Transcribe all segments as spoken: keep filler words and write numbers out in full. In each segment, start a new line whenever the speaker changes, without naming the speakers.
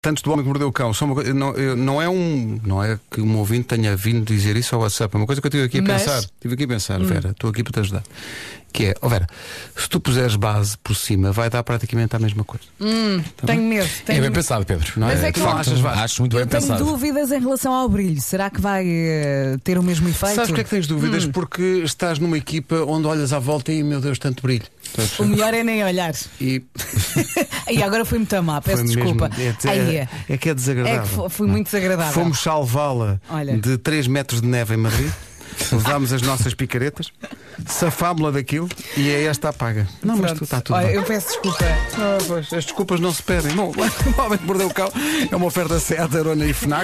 Tantos do Homem que Mordeu o Cão, só uma coisa, não, eu- não é um. Não é que um ouvinte tenha vindo dizer isso ao WhatsApp. É uma coisa que eu tive aqui a
Mas-
pensar. Tive aqui a pensar, Vera, estou aqui para te ajudar. Que é, ó Vera, se tu puseres base por cima, vai dar praticamente a mesma coisa.
Tenho medo.
É
Tenho...
bem pensado, Pedro.
Não
Mas
é?
é que
Tu
não-
achas, Vasco?
Acho muito bem
Tenho
pensado.
dúvidas em relação ao brilho. Será que vai eh, ter o mesmo efeito?
Sabes porque é que tens dúvidas? Porque estás numa equipa onde olhas à volta e, meu Deus, tanto brilho. Estás-
O melhor é nem olhar.
E
E agora fui muito má, peço
foi mesmo-
desculpa.
é,
Aí
é,
é.
é que é
É
desagradável.
que fo- fui muito desagradável.
Fomos salvá-la
Olha.
de três metros de neve em Madrid. Levámos as nossas picaretas, safámos-la daquilo e é esta a paga. Não, mas
Pronto.
tu está tudo
Olha,
bem.
eu peço desculpa.
Ah, pois, as desculpas não se pedem. Bom, o Homem que Mordeu o Cão é uma oferta Seat, Arona e Fnac.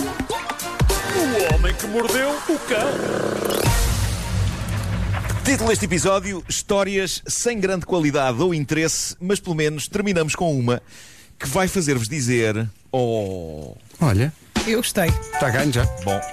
O homem que mordeu o cão.
Título deste episódio: Histórias sem grande qualidade ou interesse, mas pelo menos terminamos com uma que vai fazer-vos dizer: Oh,
Olha,
Eu gostei.
está ganho já.
bom.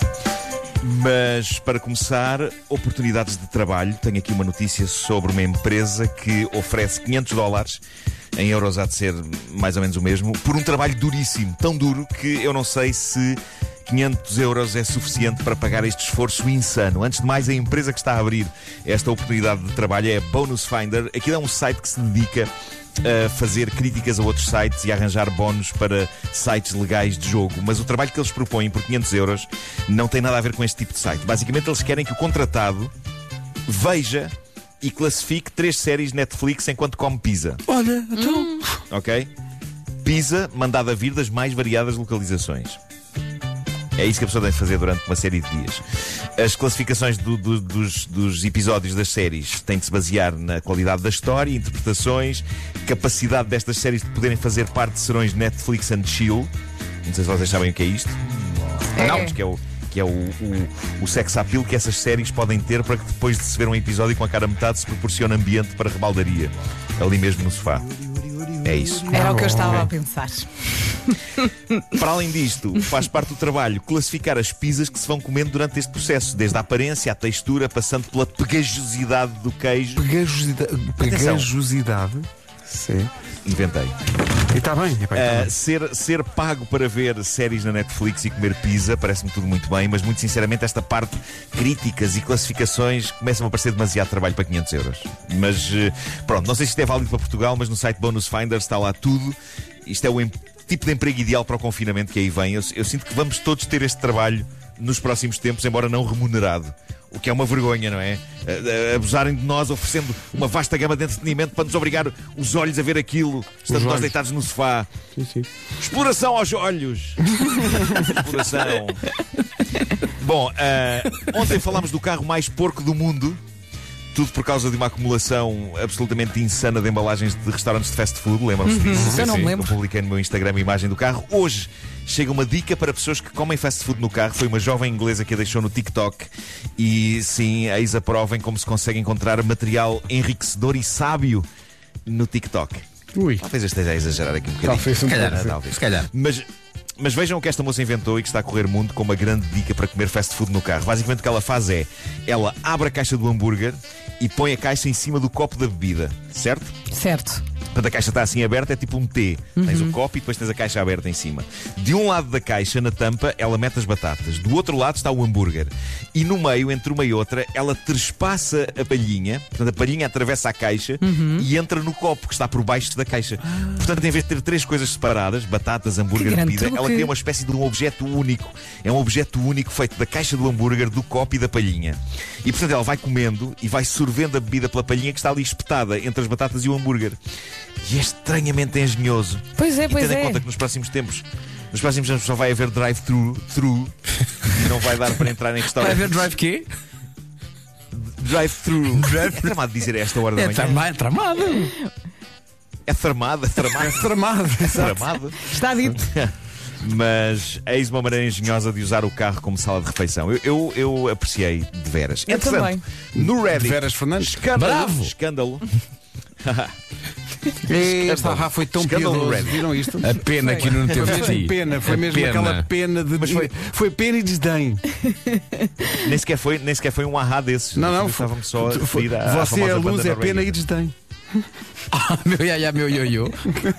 Mas para começar, oportunidades de trabalho. Tenho aqui uma notícia sobre uma empresa que oferece quinhentos dólares, em euros há de ser mais ou menos o mesmo, por um trabalho duríssimo, tão duro que eu não sei se quinhentos euros é suficiente para pagar este esforço insano. Antes de mais, a empresa que está a abrir esta oportunidade de trabalho é a Bonus Finder. Aquilo é um site que se dedica a fazer críticas a outros sites e a arranjar bónus para sites legais de jogo. Mas o trabalho que eles propõem por quinhentos euros não tem nada a ver com este tipo de site. Basicamente, eles querem que o contratado veja e classifique três séries Netflix enquanto come pizza.
Olha, então.
Ok? Pizza mandada vir das mais variadas localizações. É isso que a pessoa tem de fazer durante uma série de dias. As classificações do- do- dos, dos episódios das séries têm de se basear na qualidade da história, interpretações, capacidade destas séries de poderem fazer parte de serões Netflix and Chill. Não sei se vocês sabem o que é isto. Não, que é o, que é o, o, o sex appeal que essas séries podem ter para que depois de se ver um episódio com a cara a metade se proporcione ambiente para rebaldaria. Ali mesmo no sofá. É isso.
Era o que eu estava
ok.
a pensar.
Para além disto, faz parte do trabalho classificar as pizzas que se vão comendo durante este processo, desde a aparência, à textura, passando pela pegajosidade do queijo.
Pegajosidade. Pegajosidade. Sim.
Inventei.
E está bem. Epá, e tá
Uh,
bem.
ser, ser pago para ver séries na Netflix e comer pizza parece-me tudo muito bem, mas muito sinceramente esta parte, críticas e classificações, começam a parecer demasiado trabalho para quinhentos euros. Mas uh, pronto, não sei se isto é válido para Portugal, mas no site Bonus Finder está lá tudo. Isto é o em- tipo de emprego ideal para o confinamento que aí vem. Eu, eu sinto que vamos todos ter este trabalho nos próximos tempos, embora não remunerado. O que é uma vergonha, não é? Uh, uh, abusarem de nós, oferecendo uma vasta gama de entretenimento para nos obrigar os olhos a ver aquilo, estando nós
olhos.
deitados no sofá.
Sim, sim.
Exploração aos olhos. Exploração. Bom, uh, ontem falámos do carro mais porco do mundo. Tudo por causa de uma acumulação absolutamente insana de embalagens de restaurantes de fast food. Lembram-se disso?
eu não me lembro.
Eu publiquei no meu Instagram a imagem do carro. Hoje chega uma dica para pessoas que comem fast food no carro. Foi uma jovem inglesa que a deixou no TikTok. E sim, eis a prova em como se consegue encontrar material enriquecedor e sábio no TikTok.
Ui.
Talvez eu esteja a exagerar aqui um bocadinho.
Talvez um
Se calhar,
pouco, sim.
talvez.
Se calhar.
Mas, mas vejam o que esta moça inventou e que está a correr mundo com uma grande dica para comer fast food no carro. Basicamente o que ela faz é, ela abre a caixa do hambúrguer e põe a caixa em cima do copo da bebida, certo?
Certo.
Portanto, a caixa está assim aberta, é tipo um T. Tens o copo e depois tens a caixa aberta em cima. De um lado da caixa, na tampa, ela mete as batatas. Do outro lado está o hambúrguer. E no meio, entre uma e outra, ela trespassa a palhinha. Portanto, a palhinha atravessa a caixa e entra no copo que está por baixo da caixa. Portanto, em vez de ter três coisas separadas, batatas, hambúrguer,
Que grande
bebida, ela
truque.
cria uma espécie de um objeto único. É um objeto único feito da caixa do hambúrguer, do copo e da palhinha. E, portanto, ela vai comendo e vai sorvendo a bebida pela palhinha que está ali espetada entre as batatas e o hambúrguer. E é estranhamente engenhoso.
Pois é,
E
pois
tendo em
é.
conta que nos próximos tempos Nos próximos anos só vai haver drive-thru thru, e não vai dar para entrar em
Vai
restaurantes.
haver drive quê?
Drive-thru. É tramado dizer a esta hora da
É
manhã.
tramado. tramado.
É tramado, é tramado.
Tramado.
É tramado.
Está dito.
Mas eis uma maneira engenhosa de usar o carro como sala de refeição. Eu, eu, eu apreciei de veras.
Eu
Entretanto,
também.
no Reddit,
Veras Fernandes.
escândalo.
Bravo.
Escândalo.
Esta ah, foi tão
Escândalo
piedoso.
Reddit.
Viram isto?
A pena que não teve
Foi
de
mesmo
ti.
pena, foi
A
mesmo
pena.
aquela pena de.
Mas foi-
foi pena e desdém.
Nem sequer foi, nem sequer foi um ahá desses.
Não, não,
Estávamos só a
foi-
referir à, à
Você é
famosa
a luz,
banda
é pena e
norueguesa.
desdém.
Ah, meu iaia, meu ioiô.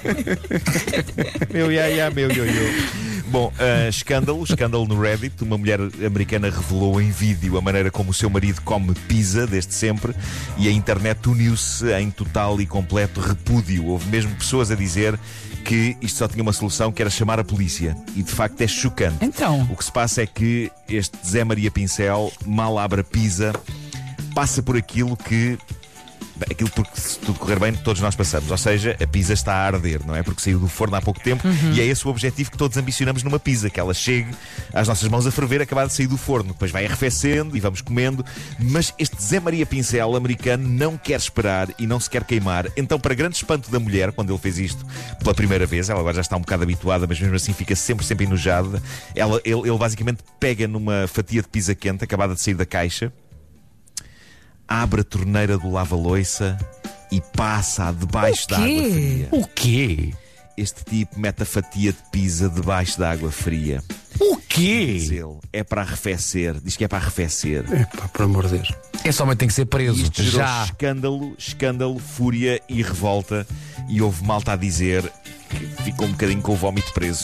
Meu iaia, meu ioiô. Bom, uh, escândalo, escândalo no Reddit. Uma mulher americana revelou em vídeo a maneira como o seu marido come pizza desde sempre e a internet uniu-se em total e completo repúdio. Houve mesmo pessoas a dizer que isto só tinha uma solução, que era chamar a polícia. E de facto é chocante.
Então.
O que se passa é que este Zé Maria Pincel, mal abre a pizza, passa por aquilo que... aquilo porque, se tudo correr bem, todos nós passamos. Ou seja, a pizza está a arder, não é? Porque saiu do forno há pouco tempo. Uhum. E é esse o objetivo que todos ambicionamos numa pizza, que ela chegue às nossas mãos a ferver, acabada de sair do forno. Depois vai arrefecendo e vamos comendo. Mas este Zé Maria Pincel americano não quer esperar e não se quer queimar. Então, para grande espanto da mulher, quando ele fez isto pela primeira vez, ela agora já está um bocado habituada, mas mesmo assim fica sempre, sempre enojada. Ela, ele, ele basicamente pega numa fatia de pizza quente, acabada de sair da caixa, abre a torneira do lava-loiça e passa-a debaixo da água fria.
O quê?
Este tipo mete a fatia de pizza debaixo da água fria.
O quê?
Diz ele, é para arrefecer. Diz que é para arrefecer.
Epá, por amor de Deus.
Esse homem tem que ser preso.
Isto gerou
Já.
escândalo, escândalo, fúria e revolta. E houve malta a dizer que ficou um bocadinho com o vómito preso.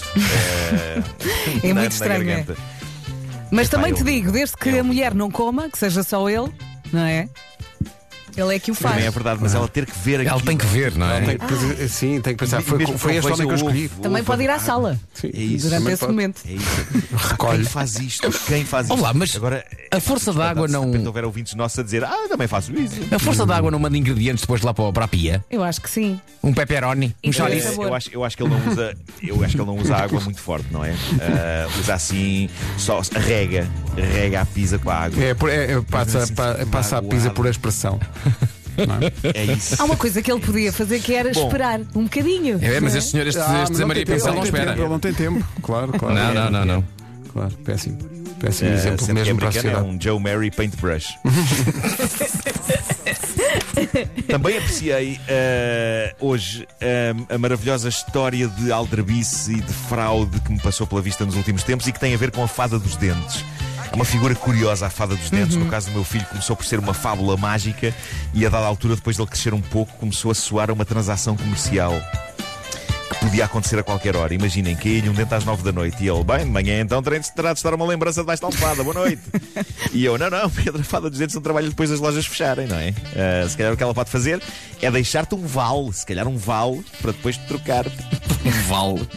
É
na,
muito
na
estranho.
garganta.
Mas
Epá,
também
eu-
te digo, desde que
eu-
a mulher não coma, que seja só ele, não é? Ele é que o faz.
Também é verdade, mas ela ter que ver aquilo.
Ela tem que ver, não é?
Tem que pensar- sim, tem que pensar.
E
Foi,
mesmo
foi
que
este
não
homem que eu
veja,
escolhi.
ouve,
Também
ouve
pode ir à
a-
sala
Sim.
É isso.
durante
também
esse
pode.
momento.
É isso.
Recolhe.
Quem faz isto? Quem faz isto?
Olá, mas
Agora,
a força
é
d'água
espantado se
não-
de repente houver ouvintes nossos a dizer, ah, eu também faço isso.
A força d'água não manda ingredientes depois lá para, para a pia?
Eu acho que sim.
Um pepperoni? Um
Isso é
chouriço?
sabor.
eu, acho, eu acho que ele não usa eu acho que ele não usa água muito forte, não é? Ah, usa assim, só rega, rega a pizza com a água.
É, por- é, é, passa,
assim,
pa-
fica
passa a pizza
magoado.
por expressão. Não é?
É isso.
Há uma coisa que ele podia fazer que era
Bom.
esperar um bocadinho.
É, mas
não
este senhor, este,
Ah,
este
mas
Zé
não
Maria
tem tempo,
Pincel
ele
não
tem
espera.
tempo, Ele não tem tempo, claro, claro.
Não, não, não, não.
Claro, péssimo. Péssimo
Ah,
exemplo
sempre que é
mesmo para a
americano, é
sociedade.
um Joe Mary Paintbrush. Também apreciei ah, hoje ah, a maravilhosa história de aldrabice e de fraude que me passou pela vista nos últimos tempos e que tem a ver com a fada dos dentes. É uma figura curiosa, a fada dos dentes. No caso do meu filho, começou por ser uma fábula mágica e a dada altura, depois dele crescer um pouco, começou a soar a uma transação comercial que podia acontecer a qualquer hora. Imaginem, caía-lhe um dente às nove da noite e ele, bem, de manhã então terá de estar uma lembrança debaixo da almofada, boa noite. E eu, não, não, Pedro, a fada dos dentes não trabalha depois das lojas fecharem, não é? Ah, se calhar o que ela pode fazer é deixar-te um vale, se calhar um vale, para depois te trocar.
Um vale.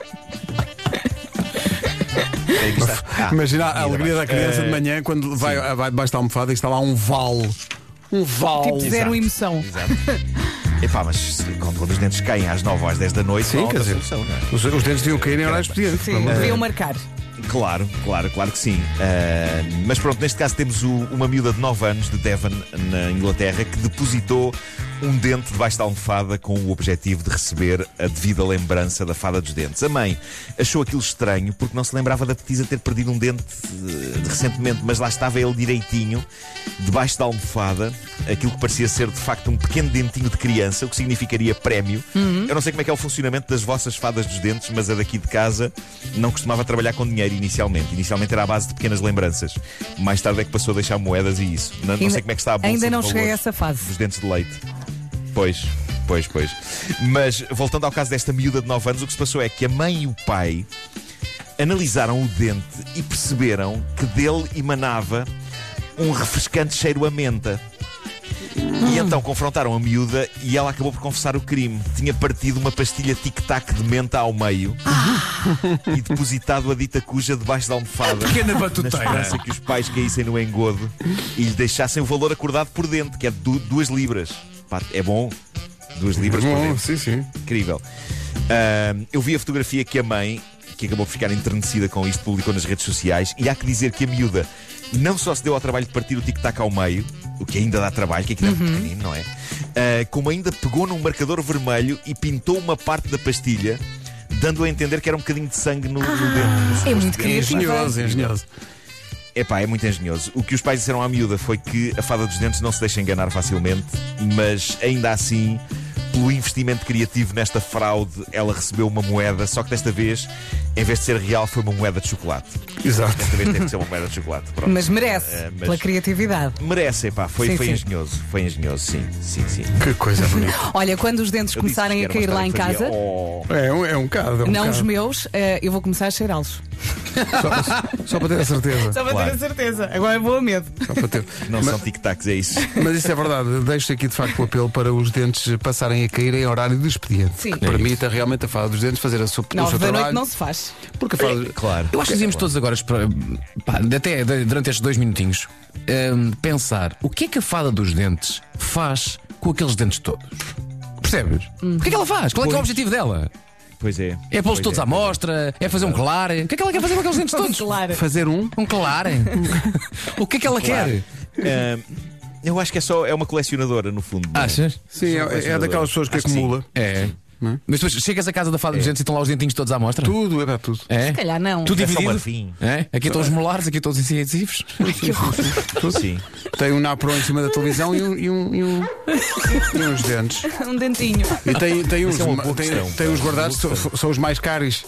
Ah,
Imagina a
ainda
alegria
mais.
da criança
Ah,
de manhã quando vai, vai debaixo da almofada e está lá um vale. Um vale.
Tipo, zero
exato.
emoção.
Exato. Epá, mas se- quando, quando os dentes caem às nove ou às dez da noite,
Sim,
não há
quer
outra
dizer,
solução, não é?
Os, os dentes deviam cair em horários expedientes.
Sim, deviam marcar.
Claro, claro, claro que sim. Ah, mas pronto, neste caso temos o- uma miúda de nove anos de Devon, na Inglaterra, que depositou um dente debaixo da almofada com o objetivo de receber a devida lembrança da fada dos dentes. A mãe achou aquilo estranho porque não se lembrava da petisa ter perdido um dente eh, recentemente, mas lá estava ele direitinho, debaixo da almofada, aquilo que parecia ser de facto um pequeno dentinho de criança, o que significaria prémio. Eu não sei como é que é o funcionamento das vossas fadas dos dentes, mas a daqui de casa não costumava trabalhar com dinheiro inicialmente. Inicialmente era à base de pequenas lembranças. Mais tarde é que passou a deixar moedas e isso. Não, não
Ainda-
sei como é que está a bolsa
ainda não
de
cheguei a
valores
essa fase.
dos dentes de leite. Pois, pois, pois. Mas, voltando ao caso desta miúda de nove anos, o que se passou é que a mãe e o pai analisaram o dente e perceberam que dele emanava um refrescante cheiro a menta. E então confrontaram a miúda e ela acabou por confessar o crime. Tinha partido uma pastilha tic-tac de menta ao meio e depositado a dita cuja debaixo da almofada.
Pequena
Na
batuteira.
esperança que os pais caíssem no engodo e lhe deixassem o valor acordado por dente, que é de du- duas libras. Pá, é bom? Duas libras por
Bom,
dente.
sim, sim.
Incrível. Ahm, eu vi a fotografia que a mãe, que acabou por ficar enternecida com isto, publicou nas redes sociais, e há que dizer que a miúda não só se deu ao trabalho de partir o tic-tac ao meio, o que ainda dá trabalho, que aquilo é muito pequenino, não é? Ah, como ainda pegou num marcador vermelho e pintou uma parte da pastilha, dando a entender que era um bocadinho de sangue no, no dente. no suposto
é muito
dente.
criativo.
Engenhoso, engenhoso.
Epá, é muito engenhoso. O que os pais disseram à miúda foi que a fada dos dentes não se deixa enganar facilmente, mas ainda assim, pelo investimento criativo nesta fraude, ela recebeu uma moeda, só que desta vez, em vez de ser real, foi uma moeda de chocolate.
Exato.
Desta vez teve que ser uma moeda de chocolate. Pronto.
Mas merece,
Eh, mas-
pela criatividade.
Merece, pá, foi,
Sim,
foi
sim.
engenhoso. Foi engenhoso, sim, sim, sim.
Que coisa bonita.
Olha, quando os dentes
Eu disse
começarem
que
a
era uma
cair lá em
história que
casa,
fazia, oh.
É um, é um bocado. É um
não os
bocado.
meus, eh, eu vou começar a cheirá-los.
Só, só para ter a certeza.
Só para
Claro.
ter a certeza. Agora vou a medo.
Só para ter.
Não
Mas-
são tic-tacs, é isso.
Mas isso é verdade. Deixo aqui de facto o apelo para os dentes passarem a cair em horário de expediente.
Sim.
Que permita realmente a fada dos dentes fazer a sua, o
Nove
seu
da noite
trabalho.
não se faz.
Porque a fada.
Claro.
Eu acho que dizíamos todos agora, para- pá, até de- durante estes dois minutinhos, hum, pensar o que é que a fada dos dentes faz com aqueles dentes todos. Percebes? O que é que ela faz? Qual é que é o objetivo dela?
Pois é.
É pô-los
Pois
todos
é.
à mostra? É fazer um colar? O que é que ela quer fazer com aqueles dentes todos?
Claro.
Fazer um.
Um colar? O que é que ela quer?
Ah, eu acho que é só é uma colecionadora, no fundo. não é?
Achas?
Sim, é, é daquelas pessoas que
Acho que sim.
acumula.
É. Mas depois chegas à casa da fada dos dentes e estão lá os dentinhos todos à mostra?
Tudo, é para tudo.
É?
Se calhar não.
Tudo
É só
dividido?
marfim.
É? Aqui estão os molares, aqui estão os incisivos.
Sim.
Tem um napro em cima da televisão e, um, e, um, e, um, e uns dentes.
Um dentinho.
E tem, tem uns,
Isso é uma boa
tem,
questão,
tem
pá,
uns
uma
guardados,
boa
são, são os mais caros.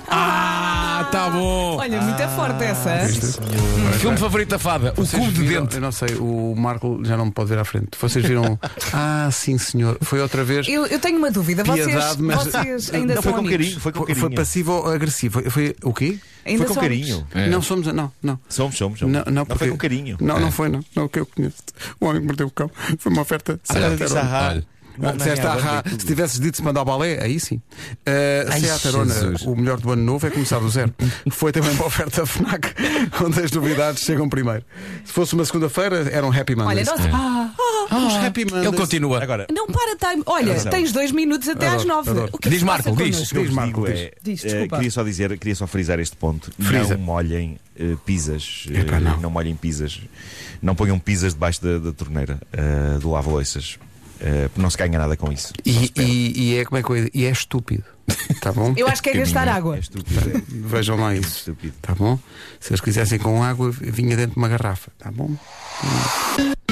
Ah, tá bom!
Olha, muito é forte essa.
Filme favorito da fada, O
Vocês
Cubo de
viram-
Dente.
Eu não sei, o Marco já não me pode ver à frente. Vocês viram? Ah, sim, senhor. Foi outra vez.
Eu, eu tenho uma dúvida. Vocês,
Piedade, mas-
vocês ainda
Não,
são
foi com
amigos?
carinho. Foi com
Foi,
carinho.
foi passivo ou agressivo? Foi, foi o quê?
Ainda
Foi com
são
carinho.
amigos?
É.
Não somos. Não, não.
Somos, somos, somos.
Não, não,
Não
porque-
foi com carinho.
Não,
É.
não foi, não. Não, o que eu conheço. O homem que mordeu o cão. Foi uma oferta.
Ah, não,
Seat
disse
Arona.
ahá.
Olha.
Não,
Ah,
não,
disseste,
não,
ah,
não,
ah,
não.
se tivesses dito se mandar ao balé, aí sim. Uh,
Ai,
Seat Arona,
Jesus.
o melhor do ano novo é começar do zero. Foi também uma oferta FNAC, onde as novidades chegam primeiro. Se fosse uma segunda-feira, eram Happy
Olha,
Mondays.
nós... ah,
Os Happy Mondays.
Ele continua.
Agora,
não para time. Olha,
Razão.
tens dois minutos até
Adoro,
às nove.
adoro.
O que
Diz,
se passa
Marco, diz.
connosco?
o que eu
Diz,
vos
Marco,
digo
diz.
é,
Diz,
eh,
desculpa.
queria só dizer, queria só frisar este ponto.
Frisa.
Não molhem eh, pizzas. eh,
Epá, não.
não molhem pizzas. Não ponham pizzas debaixo da, da torneira eh, do lava-loiças. Eh, porque não se ganha nada com isso.
E, e, e é como é que eu ia dizer? E é estúpido. Tá bom?
Eu acho que é gastar água.
É estúpido.
Vejam lá
É
isso.
estúpido.
Tá bom? Se eles quisessem com água, vinha dentro de uma garrafa. Tá bom?